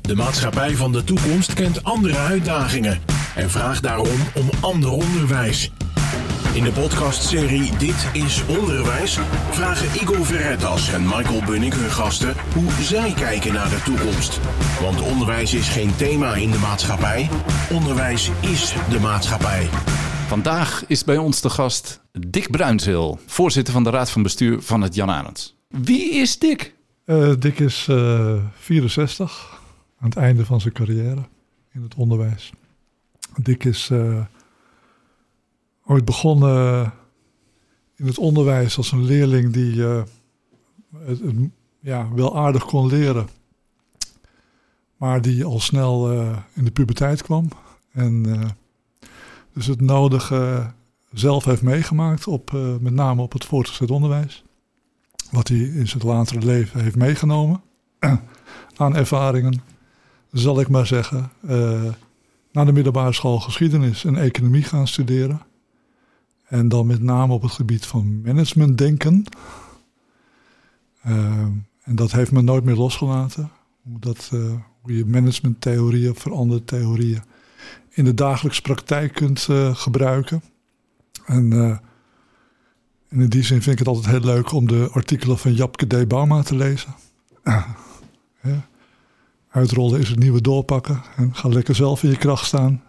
De maatschappij van de toekomst kent andere uitdagingen en vraagt daarom om ander onderwijs. In de podcastserie Dit is Onderwijs vragen Igor Verretas en Michael Bunnik hun gasten hoe zij kijken naar de toekomst. Want onderwijs is geen thema in de maatschappij, onderwijs is de maatschappij. Vandaag is bij ons de gast Dick Bruinzeel, voorzitter van de Raad van Bestuur van het Jan Arends. Wie is Dick? Dick is 64, aan het einde van zijn carrière in het onderwijs. Dick is ooit begonnen in het onderwijs als een leerling die wel aardig kon leren. Maar die al snel in de puberteit kwam. En dus het nodige zelf heeft meegemaakt, met name op het voortgezet onderwijs. Wat hij in zijn latere leven heeft meegenomen aan ervaringen, zal ik maar zeggen. Na de middelbare school geschiedenis en economie gaan studeren. En dan met name op het gebied van managementdenken. En dat heeft me nooit meer losgelaten. Hoe je managementtheorieën, veranderde theorieën in de dagelijkse praktijk kunt gebruiken. En in die zin vind ik het altijd heel leuk om de artikelen van Japke D. Bauma te lezen. Uitrollen is het nieuwe doorpakken. En ga lekker zelf in je kracht staan.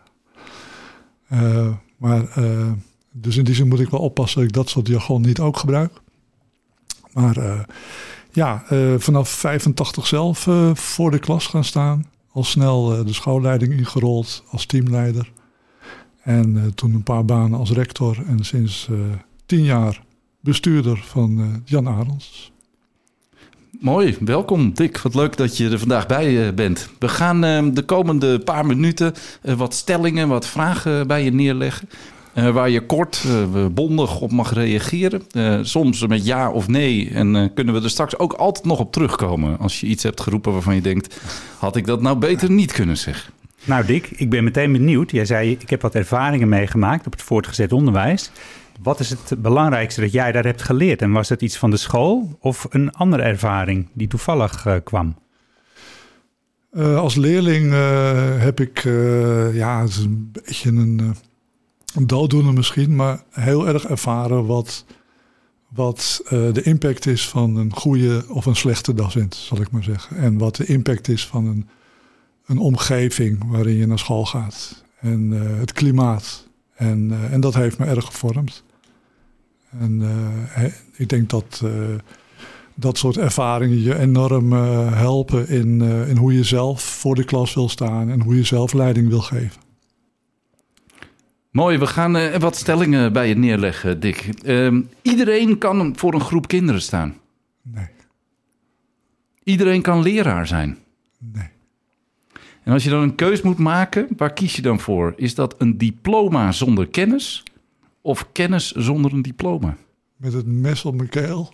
Dus in die zin moet ik wel oppassen dat ik dat soort jargon niet ook gebruik. Maar vanaf 85 zelf voor de klas gaan staan. Al snel de schoolleiding ingerold als teamleider. En toen een paar banen als rector. En sinds 10 jaar bestuurder van Jan Arends. Mooi, welkom Dick. Wat leuk dat je er vandaag bij bent. We gaan de komende paar minuten wat stellingen, wat vragen bij je neerleggen. Waar je kort, bondig op mag reageren. Soms met ja of nee. En kunnen we er straks ook altijd nog op terugkomen. Als je iets hebt geroepen waarvan je denkt, had ik dat nou beter niet kunnen zeggen? Nou Dick, ik ben meteen benieuwd. Jij zei, ik heb wat ervaringen meegemaakt op het voortgezet onderwijs. Wat is het belangrijkste dat jij daar hebt geleerd? En was dat iets van de school of een andere ervaring die toevallig kwam? Als leerling heb ik, het is een beetje een dooddoener misschien, maar heel erg ervaren wat de impact is van een goede of een slechte docent, zal ik maar zeggen. En wat de impact is van een omgeving waarin je naar school gaat. En het klimaat. En dat heeft me erg gevormd. En ik denk dat soort ervaringen je enorm helpen in hoe je zelf voor de klas wil staan en hoe je zelf leiding wil geven. Mooi, we gaan wat stellingen bij je neerleggen, Dick. Iedereen kan voor een groep kinderen staan. Nee. Iedereen kan leraar zijn. Nee. En als je dan een keus moet maken, waar kies je dan voor? Is dat een diploma zonder kennis of kennis zonder een diploma? Met het mes op mijn keel.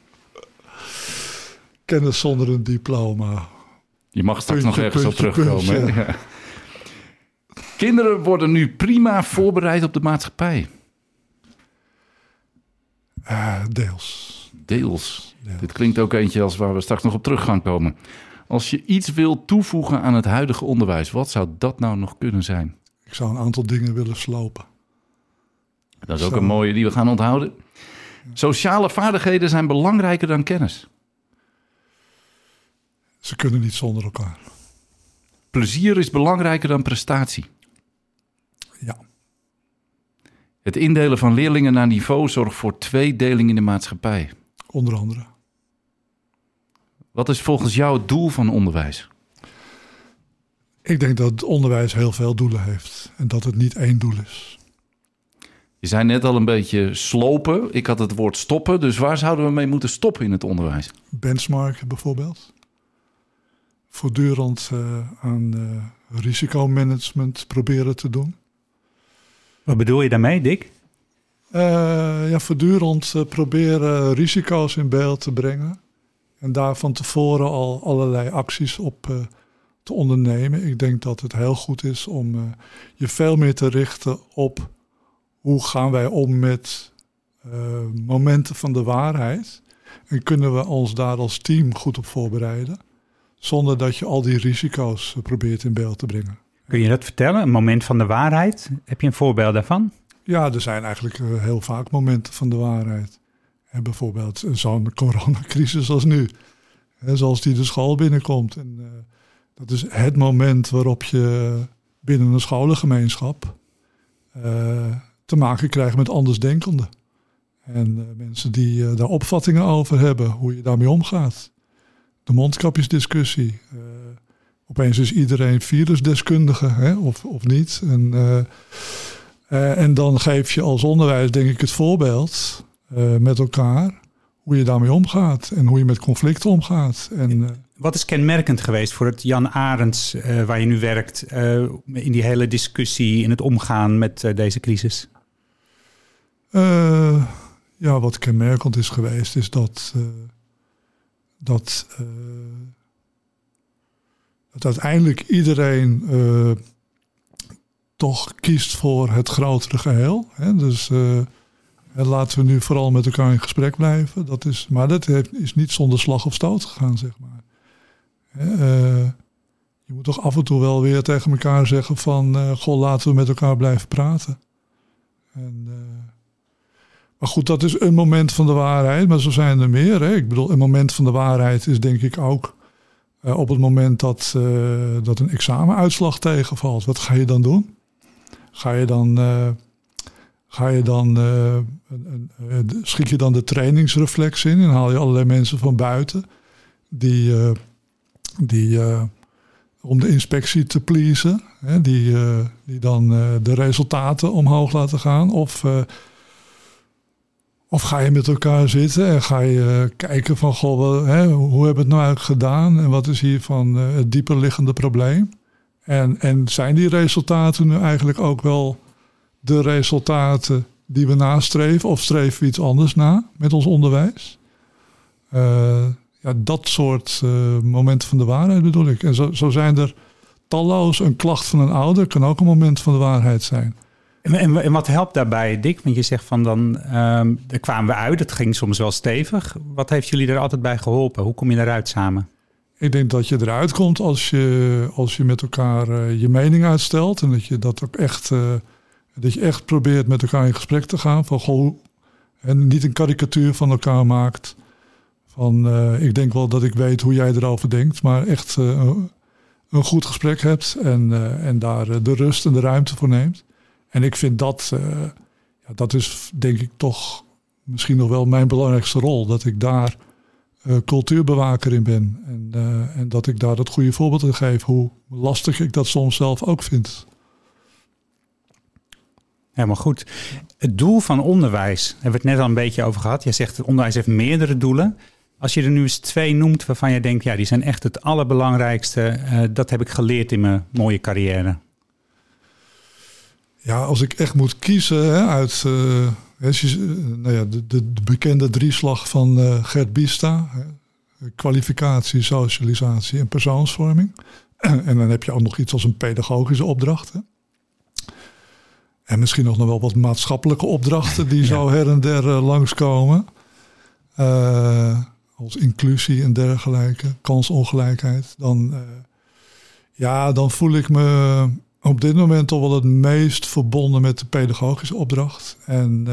Kennis zonder een diploma. Je mag straks nog ergens op terugkomen. Puntje. Ja. Kinderen worden nu prima voorbereid op de maatschappij. Deels. Dit klinkt ook eentje als waar we straks nog op terug gaan komen. Als je iets wil toevoegen aan het huidige onderwijs, wat zou dat nou nog kunnen zijn? Ik zou een aantal dingen willen slopen. Dat is ook een mooie die we gaan onthouden. Sociale vaardigheden zijn belangrijker dan kennis. Ze kunnen niet zonder elkaar. Plezier is belangrijker dan prestatie. Ja. Het indelen van leerlingen naar niveau zorgt voor tweedeling in de maatschappij. Onder andere. Wat is volgens jou het doel van onderwijs? Ik denk dat het onderwijs heel veel doelen heeft. En dat het niet één doel is. Je zei net al een beetje slopen. Ik had het woord stoppen. Dus waar zouden we mee moeten stoppen in het onderwijs? Benchmarken bijvoorbeeld. Voortdurend aan risicomanagement proberen te doen. Wat bedoel je daarmee, Dick? Voortdurend proberen risico's in beeld te brengen. En daar van tevoren al allerlei acties op te ondernemen. Ik denk dat het heel goed is om je veel meer te richten op hoe gaan wij om met momenten van de waarheid. En kunnen we ons daar als team goed op voorbereiden. zonder dat je al die risico's probeert in beeld te brengen. Kun je dat vertellen? Een moment van de waarheid? Heb je een voorbeeld daarvan? Ja, er zijn eigenlijk heel vaak momenten van de waarheid. En bijvoorbeeld zo'n coronacrisis als nu. Zoals die de school binnenkomt. En, dat is het moment waarop je binnen een scholengemeenschap te maken krijgt met andersdenkenden. En mensen die daar opvattingen over hebben, hoe je daarmee omgaat. De mondkapjesdiscussie. Opeens is iedereen virusdeskundige, of niet. En dan geef je als onderwijs, denk ik, het voorbeeld met elkaar hoe je daarmee omgaat en hoe je met conflicten omgaat. Wat is kenmerkend geweest voor het Jan Arends, waar je nu werkt, in die hele discussie, in het omgaan met deze crisis? Wat kenmerkend is geweest, is dat uiteindelijk iedereen toch kiest voor het grotere geheel. Hè? Dus laten we nu vooral met elkaar in gesprek blijven. Maar dat is niet zonder slag of stoot gegaan, zeg maar. Je moet toch af en toe wel weer tegen elkaar zeggen van... laten we met elkaar blijven praten. Maar goed, dat is een moment van de waarheid. Maar zo zijn er meer. Hè? Ik bedoel, een moment van de waarheid is denk ik ook... op het moment dat een examenuitslag tegenvalt. Wat ga je dan doen? Schiet je dan de trainingsreflex in en haal je allerlei mensen van buiten die om de inspectie te pleasen, die dan de resultaten omhoog laten gaan, of ga je met elkaar zitten en ga je kijken van hoe hebben we het nou eigenlijk gedaan en wat is hiervan het dieper liggende probleem? En zijn die resultaten nu eigenlijk ook wel de resultaten die we nastreven? Of streven we iets anders na met ons onderwijs? Dat soort momenten van de waarheid bedoel ik. En zo zijn er talloos. Een klacht van een ouder kan ook een moment van de waarheid zijn. En wat helpt daarbij, Dick? Want je zegt van daar kwamen we uit. Het ging soms wel stevig. Wat heeft jullie er altijd bij geholpen? Hoe kom je eruit samen? Ik denk dat je eruit komt als je met elkaar je mening uitstelt. En dat je dat ook echt... dat je echt probeert met elkaar in gesprek te gaan. En niet een karikatuur van elkaar maakt. Ik denk wel dat ik weet hoe jij erover denkt. Maar echt een goed gesprek hebt. En daar de rust en de ruimte voor neemt. En ik vind dat is denk ik toch misschien nog wel mijn belangrijkste rol. Dat ik daar cultuurbewaker in ben. En dat ik daar het goede voorbeeld in geef. Hoe lastig ik dat soms zelf ook vind. Helemaal goed. Het doel van onderwijs, hebben we het net al een beetje over gehad. Jij zegt het onderwijs heeft meerdere doelen. Als je er nu eens 2 noemt waarvan je denkt... die zijn echt het allerbelangrijkste. Dat heb ik geleerd in mijn mooie carrière. Ja, als ik echt moet kiezen uit de bekende drieslag van Gert Biesta. Kwalificatie, socialisatie en persoonsvorming. En dan heb je ook nog iets als een pedagogische opdracht. Hè? En misschien nog wel wat maatschappelijke opdrachten die zo her en der langskomen. Als inclusie en dergelijke, kansongelijkheid. Dan voel ik me op dit moment toch wel het meest verbonden met de pedagogische opdracht. En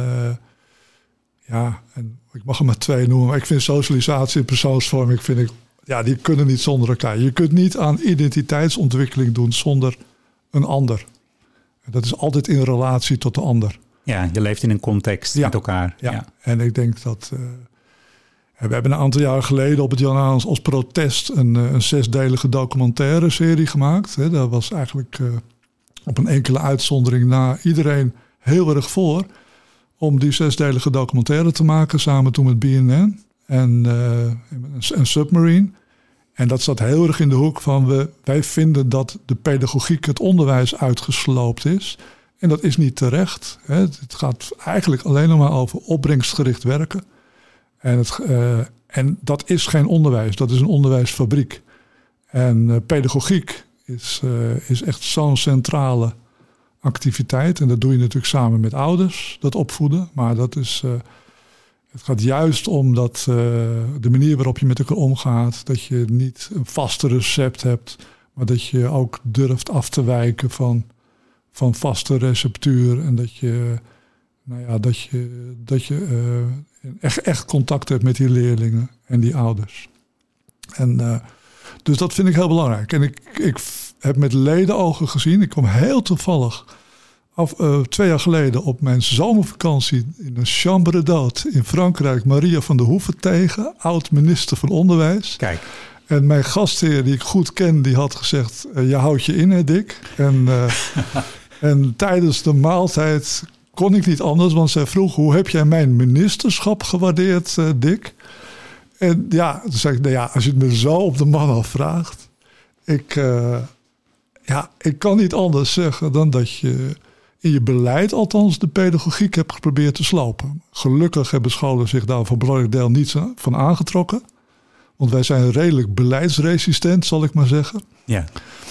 ik mag er maar 2 noemen. Maar ik vind socialisatie en persoonsvorming, die kunnen niet zonder elkaar. Je kunt niet aan identiteitsontwikkeling doen zonder een ander. Dat is altijd in relatie tot de ander. Ja, je leeft in een context met elkaar. Ja, en ik denk dat... we hebben een aantal jaar geleden op het Jan Arends als protest een 6-delige documentaire serie gemaakt. Daar was eigenlijk op een enkele uitzondering na iedereen heel erg voor... om die 6-delige documentaire te maken samen toen met BNN en Submarine... En dat zat heel erg in de hoek van wij vinden dat de pedagogiek het onderwijs uitgesloopt is. En dat is niet terecht. Hè. Het gaat eigenlijk alleen nog maar over opbrengstgericht werken. En dat is geen onderwijs, dat is een onderwijsfabriek. En pedagogiek is echt zo'n centrale activiteit. En dat doe je natuurlijk samen met ouders, dat opvoeden. Maar dat is... Het gaat juist om dat de manier waarop je met elkaar omgaat. Dat je niet een vaste recept hebt. Maar dat je ook durft af te wijken van vaste receptuur. En dat je echt contact hebt met die leerlingen en die ouders. En dus dat vind ik heel belangrijk. En ik heb met ledenogen gezien. Ik kwam heel toevallig 2 jaar geleden op mijn zomervakantie in een chambre d'hôte in Frankrijk Maria van der Hoeven tegen, oud-minister van Onderwijs. Kijk. En mijn gastheer, die ik goed ken, die had gezegd, je houdt je in, hè, Dick? En tijdens de maaltijd kon ik niet anders, want zij vroeg, hoe heb jij mijn ministerschap gewaardeerd, Dick? En ja, toen zei ik, als je het me zo op de man afvraagt, ik kan niet anders zeggen dan dat je in je beleid althans de pedagogiek hebt geprobeerd te slopen. Gelukkig hebben scholen zich daar voor een belangrijk deel niet van aangetrokken. Want wij zijn redelijk beleidsresistent, zal ik maar zeggen. Ja.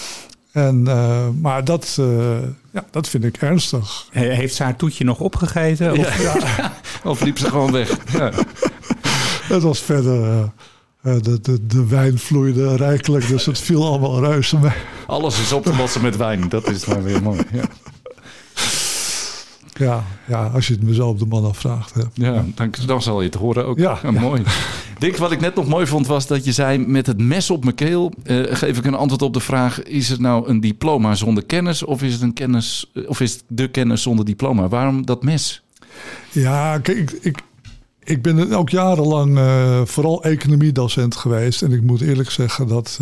Maar dat vind ik ernstig. Heeft ze haar toetje nog opgegeten? Of liep ze gewoon weg? Ja. Het was verder... De wijn vloeide rijkelijk, dus het viel allemaal reuze mee. Alles is op te lossen met wijn. Dat is maar weer mooi. Ja, als je het me zo op de man afvraagt. Hè. Ja, dan zal je het horen ook. Ja. Mooi. Dick, wat ik net nog mooi vond was dat je zei, met het mes op mijn keel geef ik een antwoord op de vraag, is het nou een diploma zonder kennis of is het de kennis zonder diploma? Waarom dat mes? Ja, kijk, ik ben ook jarenlang vooral economiedocent geweest. En ik moet eerlijk zeggen dat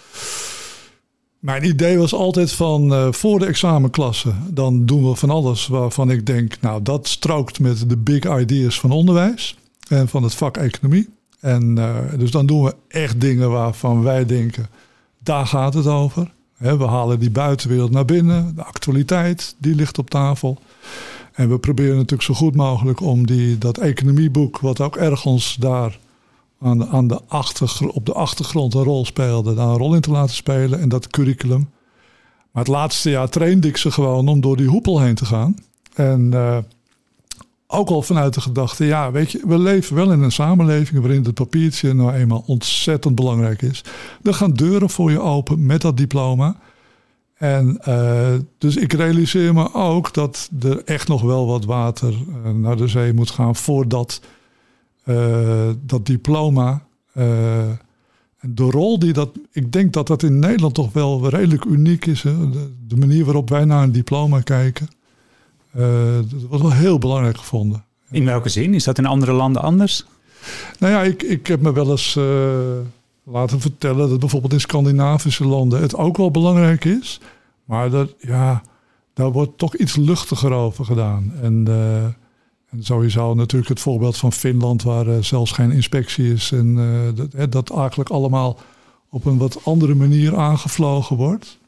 mijn idee was altijd van voor de examenklasse, dan doen we van alles waarvan ik denk, nou dat strookt met de big ideas van onderwijs en van het vak economie. En dus dan doen we echt dingen waarvan wij denken, daar gaat het over. We halen die buitenwereld naar binnen, de actualiteit, die ligt op tafel. En we proberen natuurlijk zo goed mogelijk om dat economieboek, wat ook ergens daar op de achtergrond een rol speelde, daar een rol in te laten spelen en dat curriculum. Maar het laatste jaar trainde ik ze gewoon om door die hoepel heen te gaan. En ook al vanuit de gedachte, weet je, we leven wel in een samenleving waarin het papiertje nou eenmaal ontzettend belangrijk is. Er gaan deuren voor je open met dat diploma. En dus ik realiseer me ook dat er echt nog wel wat water naar de zee moet gaan voordat dat diploma en de rol ik denk dat dat in Nederland toch wel redelijk uniek is. Hè? De manier waarop wij naar een diploma kijken. Dat was wel heel belangrijk gevonden. In welke zin? Is dat in andere landen anders? Nou ja, ik heb me wel eens laten vertellen dat bijvoorbeeld in Scandinavische landen het ook wel belangrijk is. Maar daar wordt toch iets luchtiger over gedaan. En sowieso natuurlijk het voorbeeld van Finland, waar zelfs geen inspectie is. En dat eigenlijk allemaal op een wat andere manier aangevlogen wordt.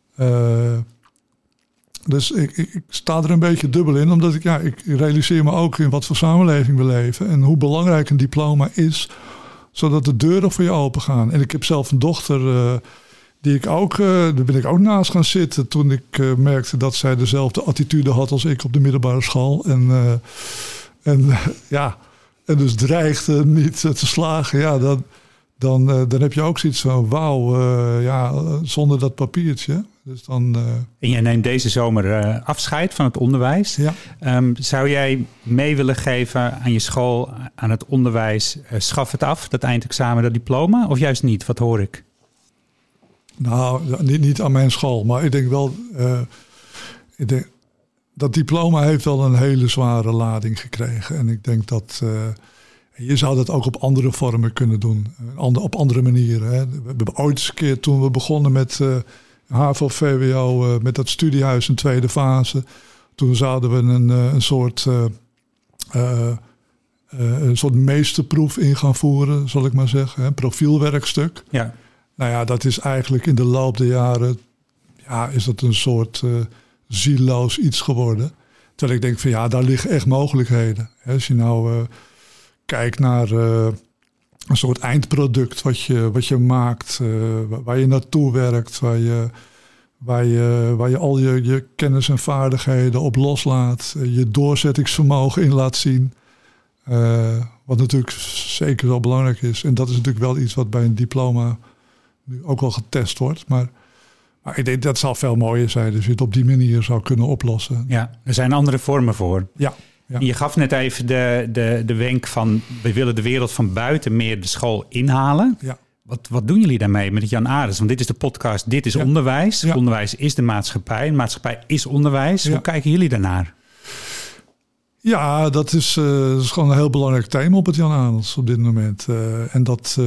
Dus ik sta er een beetje dubbel in, omdat ik realiseer me ook in wat voor samenleving we leven. En hoe belangrijk een diploma is, zodat de deuren voor je open gaan. En ik heb zelf een dochter, daar ben ik ook naast gaan zitten toen ik merkte dat zij dezelfde attitude had als ik op de middelbare school. En dus dreigde niet te slagen. Ja, dan heb je ook zoiets van wauw, zonder dat papiertje. Dus dan, En jij neemt deze zomer afscheid van het onderwijs. Ja. Zou jij mee willen geven aan je school, aan het onderwijs, schaf het af, dat eindexamen, dat diploma? Of juist niet? Wat hoor ik? Nou, niet aan mijn school. Maar ik denk wel, dat diploma heeft wel een hele zware lading gekregen. En ik denk dat je zou dat ook op andere vormen kunnen doen. Op andere manieren. Hè. We hebben ooit eens een keer, toen we begonnen met HAVO, VWO, met dat studiehuis in tweede fase. Toen zouden we een soort meesterproef in gaan voeren, zal ik maar zeggen. Een profielwerkstuk. Ja. Nou ja, dat is eigenlijk in de loop der jaren, is dat een soort zieloos iets geworden. Terwijl ik denk van daar liggen echt mogelijkheden. Als je nou kijkt naar een soort eindproduct wat je maakt, waar je naartoe werkt, waar je al je kennis en vaardigheden op loslaat, je doorzettingsvermogen in laat zien. Wat natuurlijk zeker wel belangrijk is. En dat is natuurlijk wel iets wat bij een diploma nu ook wel getest wordt. Maar ik denk dat zal veel mooier zijn. Dus je het op die manier zou kunnen oplossen. Ja, er zijn andere vormen voor. Ja. Je gaf net even de wenk van... we willen de wereld van buiten meer de school inhalen. Ja. Wat doen jullie daarmee met het Jan Arends? Want dit is de podcast, dit is onderwijs. Ja. Onderwijs is de maatschappij. De maatschappij is onderwijs. Ja. Hoe kijken jullie daarnaar? Ja, dat is gewoon een heel belangrijk thema op het Jan Arends op dit moment. En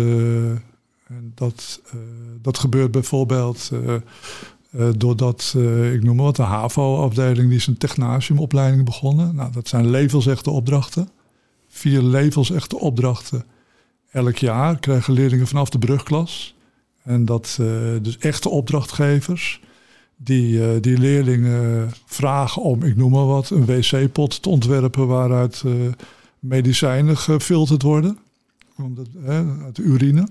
dat gebeurt bijvoorbeeld doordat, ik noem maar wat, de HAVO-afdeling... die is een technasiumopleiding begonnen. Nou, dat zijn levensechte opdrachten. 4 levensechte opdrachten elk jaar krijgen leerlingen vanaf de brugklas. En dat dus echte opdrachtgevers... Die leerlingen vragen om, ik noem maar wat, een wc-pot te ontwerpen... waaruit medicijnen gefilterd worden. Uit de urine.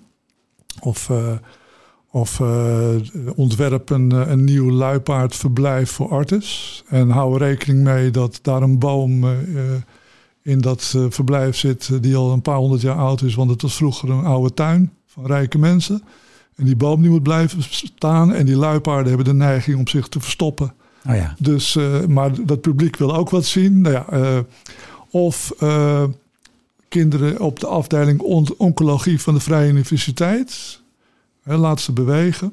Of ontwerpen een nieuw luipaardverblijf voor Artis. En houden rekening mee dat daar een boom in dat verblijf zit... die al een paar 100 jaar oud is. Want het was vroeger een oude tuin van rijke mensen... En die boom die moet blijven staan. En die luipaarden hebben de neiging om zich te verstoppen. Oh ja. Dus, maar dat publiek wil ook wat zien. Nou ja, of kinderen op de afdeling oncologie van de Vrije Universiteit. Laat ze bewegen.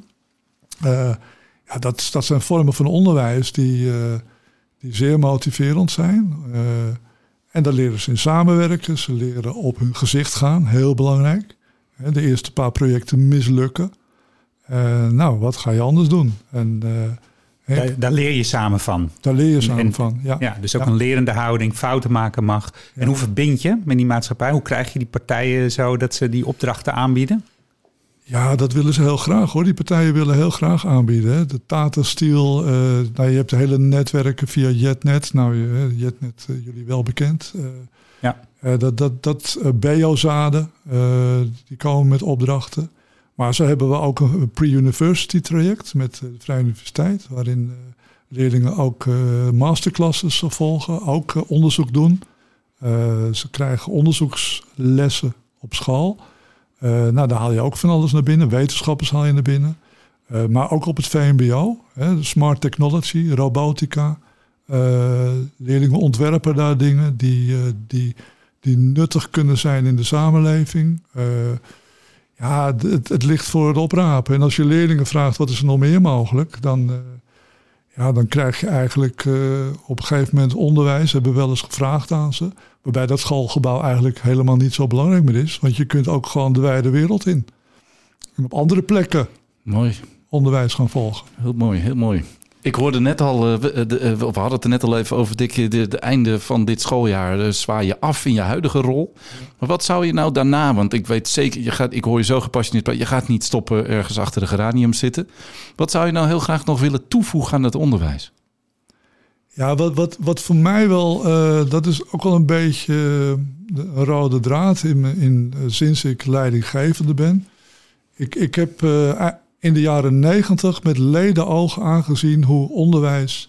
Dat zijn vormen van onderwijs die zeer motiverend zijn. En daar leren ze in samenwerken. Ze leren op hun gezicht gaan. Heel belangrijk. De eerste paar projecten mislukken. Wat ga je anders doen? En, daar leer je samen van. Daar leer je samen van, ja. Ja, dus ook een lerende houding, fouten maken mag. Ja. En hoe verbind je met die maatschappij? Hoe krijg je die partijen zo dat ze die opdrachten aanbieden? Ja, dat willen ze heel graag hoor. Die partijen willen heel graag aanbieden. Hè. De Tata Steel, je hebt de hele netwerken via Jetnet. Jetnet, jullie wel bekend. Ja. BO-zaden, die komen met opdrachten. Maar zo hebben we ook een pre-university traject met de Vrije Universiteit. Waarin leerlingen ook masterclasses volgen, ook onderzoek doen. Ze krijgen onderzoekslessen op school. Daar haal je ook van alles naar binnen. Wetenschappers haal je naar binnen. Maar ook op het VMBO. Smart technology, robotica. Leerlingen ontwerpen daar dingen die nuttig kunnen zijn in de samenleving. Het ligt voor het oprapen. En als je leerlingen vraagt wat is er nog meer mogelijk... dan krijg je eigenlijk op een gegeven moment onderwijs. Hebben we wel eens gevraagd aan ze. Waarbij dat schoolgebouw eigenlijk helemaal niet zo belangrijk meer is. Want je kunt ook gewoon de wijde wereld in. En op andere plekken onderwijs gaan volgen. Heel mooi, heel mooi. Ik hoorde net al, we hadden het er net al even over, Dick, de einde van dit schooljaar zwaai je af in je huidige rol. Maar wat zou je nou daarna, want ik weet zeker, ik hoor je zo gepassioneerd, je gaat niet stoppen ergens achter de geranium zitten. Wat zou je nou heel graag nog willen toevoegen aan het onderwijs? Ja, wat voor mij wel, dat is ook wel een beetje een rode draad sinds ik leidinggevende ben. Ik heb in de jaren 90 met ledenogen aangezien hoe onderwijs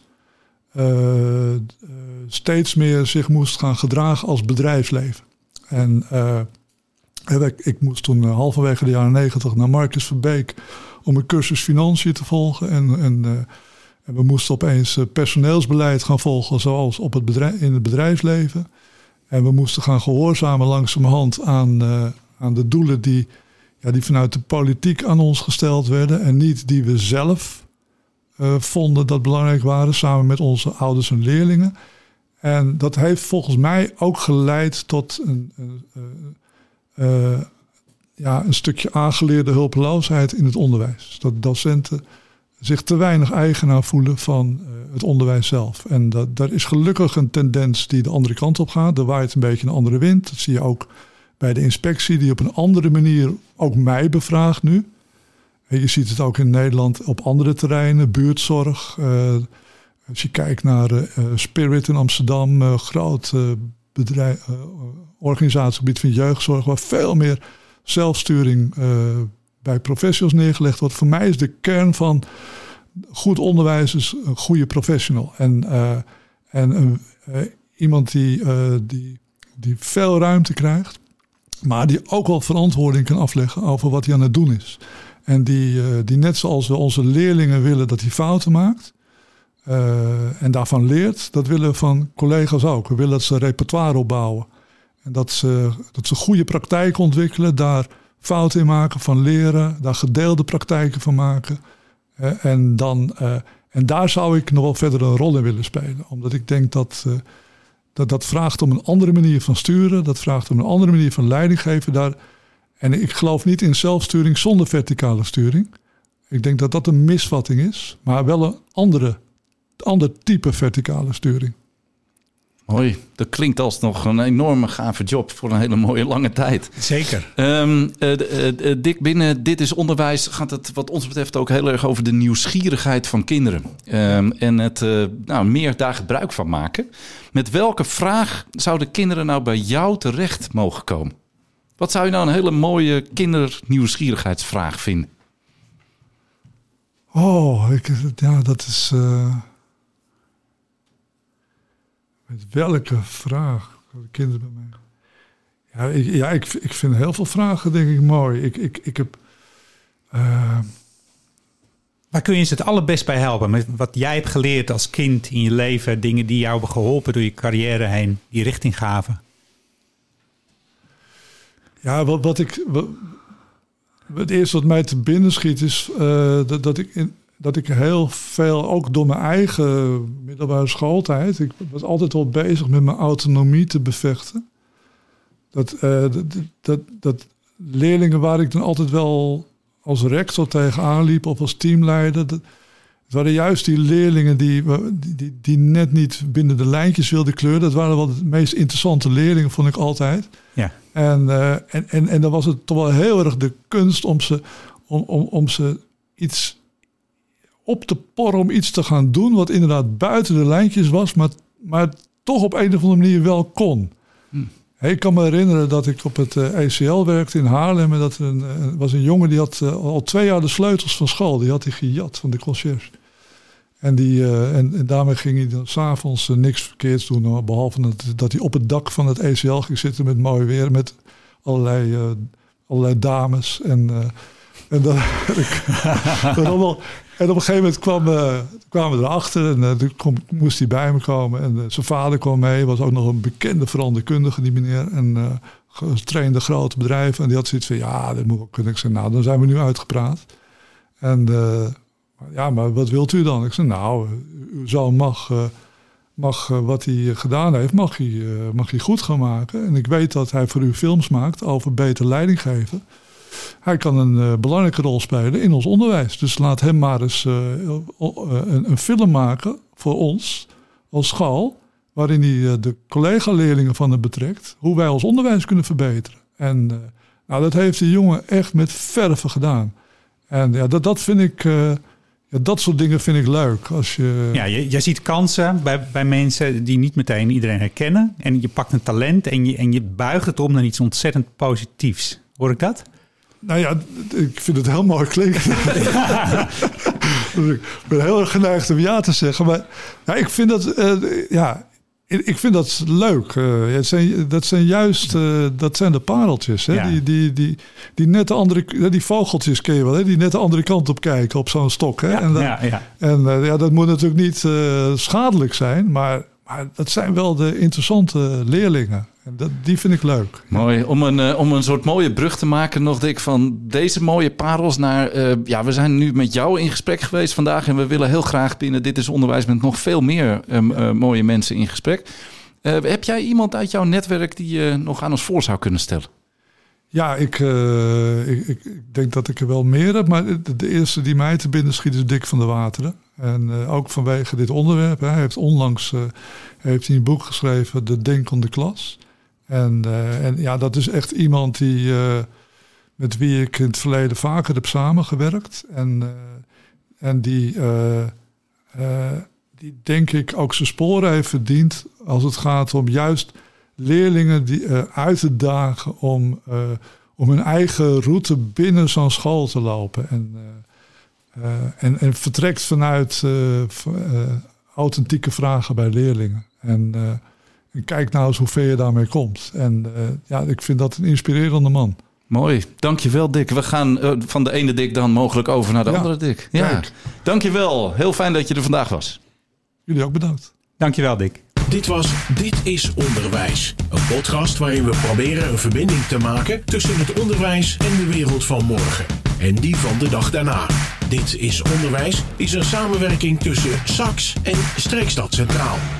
steeds meer zich moest gaan gedragen als bedrijfsleven. En ik moest toen halverwege de jaren 90 naar Marcus Verbeek om een cursus financiën te volgen. En we moesten opeens personeelsbeleid gaan volgen zoals in het bedrijfsleven. En we moesten gaan gehoorzamen langzamerhand aan de doelen die vanuit de politiek aan ons gesteld werden. En niet die we zelf vonden dat belangrijk waren. Samen met onze ouders en leerlingen. En dat heeft volgens mij ook geleid tot een stukje aangeleerde hulpeloosheid in het onderwijs. Dat docenten zich te weinig eigenaar voelen van het onderwijs zelf. En daar is gelukkig een tendens die de andere kant op gaat. Er waait een beetje een andere wind. Dat zie je ook bij de inspectie die op een andere manier ook mij bevraagt nu. En je ziet het ook in Nederland op andere terreinen, buurtzorg. Als je kijkt naar Spirit in Amsterdam, groot organisatiegebied van jeugdzorg, waar veel meer zelfsturing bij professionals neergelegd wordt. Voor mij is de kern van goed onderwijs is een goede professional. En iemand die die veel ruimte krijgt, maar die ook wel verantwoording kan afleggen over wat hij aan het doen is. En die net zoals we onze leerlingen willen dat hij fouten maakt en daarvan leert, dat willen we van collega's ook. We willen dat ze repertoire opbouwen. En dat ze goede praktijken ontwikkelen, daar fouten in maken van leren, daar gedeelde praktijken van maken. En daar zou ik nog wel verder een rol in willen spelen. Omdat ik denk dat vraagt om een andere manier van sturen. Dat vraagt om een andere manier van leiding geven. En ik geloof niet in zelfsturing zonder verticale sturing. Ik denk dat dat een misvatting is. Maar wel een ander type verticale sturing. Mooi, dat klinkt als nog een enorme gave job voor een hele mooie lange tijd. Zeker. Dick, binnen Dit is Onderwijs gaat het wat ons betreft ook heel erg over de nieuwsgierigheid van kinderen. En het meer daar gebruik van maken. Met welke vraag zouden kinderen nou bij jou terecht mogen komen? Wat zou je nou een hele mooie kindernieuwsgierigheidsvraag vinden? Dat is... Met welke vraag? De kinderen bij mij. Ik vind heel veel vragen denk ik mooi. Ik heb... Waar kun je ze het allerbest bij helpen? Met wat jij hebt geleerd als kind in je leven. Dingen die jou hebben geholpen door je carrière heen. Die richting gaven. Ja, het eerste wat mij te binnen schiet is dat ik heel veel, ook door mijn eigen middelbare schooltijd, ik was altijd wel bezig met mijn autonomie te bevechten. Dat leerlingen waar ik dan altijd wel als rector tegenaan liep of als teamleider, het waren juist die leerlingen die net niet binnen de lijntjes wilden kleuren. Dat waren wel de meest interessante leerlingen, vond ik altijd. Ja. En dan was het toch wel heel erg de kunst om ze iets op te porren, om iets te gaan doen wat inderdaad buiten de lijntjes was, maar toch op een of andere manier wel kon. Ik kan me herinneren dat ik op het ECL werkte in Haarlem en dat was een jongen die had al 2 jaar de sleutels van school. Die had hij gejat van de conciërge. En daarmee ging hij dan 's avonds niks verkeerds doen, behalve dat hij op het dak van het ECL ging zitten met mooi weer, met allerlei dames. En op een gegeven moment kwamen we erachter en toen moest hij bij me komen. En zijn vader kwam mee, was ook nog een bekende veranderkundige, die meneer. En trainde grote bedrijven. En die had zoiets van, ja, dat moet wel kunnen. Ik zei, nou, dan zijn we nu uitgepraat. En maar wat wilt u dan? Ik zei, nou, uw zoon mag wat hij gedaan heeft, mag hij goed gaan maken. En ik weet dat hij voor u films maakt over beter leiding geven. Hij kan een belangrijke rol spelen in ons onderwijs. Dus laat hem maar eens een film maken voor ons als school, waarin hij de collega-leerlingen van hem betrekt, hoe wij ons onderwijs kunnen verbeteren. En dat heeft die jongen echt met verve gedaan. En dat vind ik... dat soort dingen vind ik leuk. Als je... Ja, je ziet kansen bij mensen die niet meteen iedereen herkennen. En je pakt een talent en je buigt het om naar iets ontzettend positiefs. Hoor ik dat? Nou ja, ik vind het heel mooi klinken. Ik ben heel erg geneigd om ja te zeggen. Maar ik vind dat... Ik vind dat leuk. Dat zijn de pareltjes. Hè? Ja. Die net de andere... Die vogeltjes ken je wel. Hè? Die net de andere kant op kijken op zo'n stok. Hè? Ja, dat moet natuurlijk niet schadelijk zijn. Maar dat zijn wel de interessante leerlingen. En die vind ik leuk. Mooi. Om een soort mooie brug te maken nog, Dick, van deze mooie parels naar... we zijn nu met jou in gesprek geweest vandaag. En we willen heel graag binnen Dit is Onderwijs met nog veel meer mooie mensen in gesprek. Heb jij iemand uit jouw netwerk die je nog aan ons voor zou kunnen stellen? Ja, ik denk dat ik er wel meer heb. Maar de eerste die mij te binnen schiet is Dick van der Wateren. En ook vanwege dit onderwerp. Hij heeft onlangs een boek geschreven, De Denkende Klas. En dat is echt iemand met wie ik in het verleden vaker heb samengewerkt. En die denk ik ook zijn sporen heeft verdiend als het gaat om juist leerlingen die uit te dagen om hun eigen route binnen zo'n school te lopen. En vertrekt vanuit authentieke vragen bij leerlingen. En kijk nou eens hoe ver je daarmee komt. En ik vind dat een inspirerende man. Mooi, dankjewel Dick. We gaan van de ene Dick dan mogelijk over naar de andere Dick. Ja. Dankjewel, heel fijn dat je er vandaag was. Jullie ook bedankt. Dankjewel Dick. Dit was Dit is Onderwijs. Een podcast waarin we proberen een verbinding te maken tussen het onderwijs en de wereld van morgen. En die van de dag daarna. Dit is Onderwijs is een samenwerking tussen SAX en Streekstad Centraal.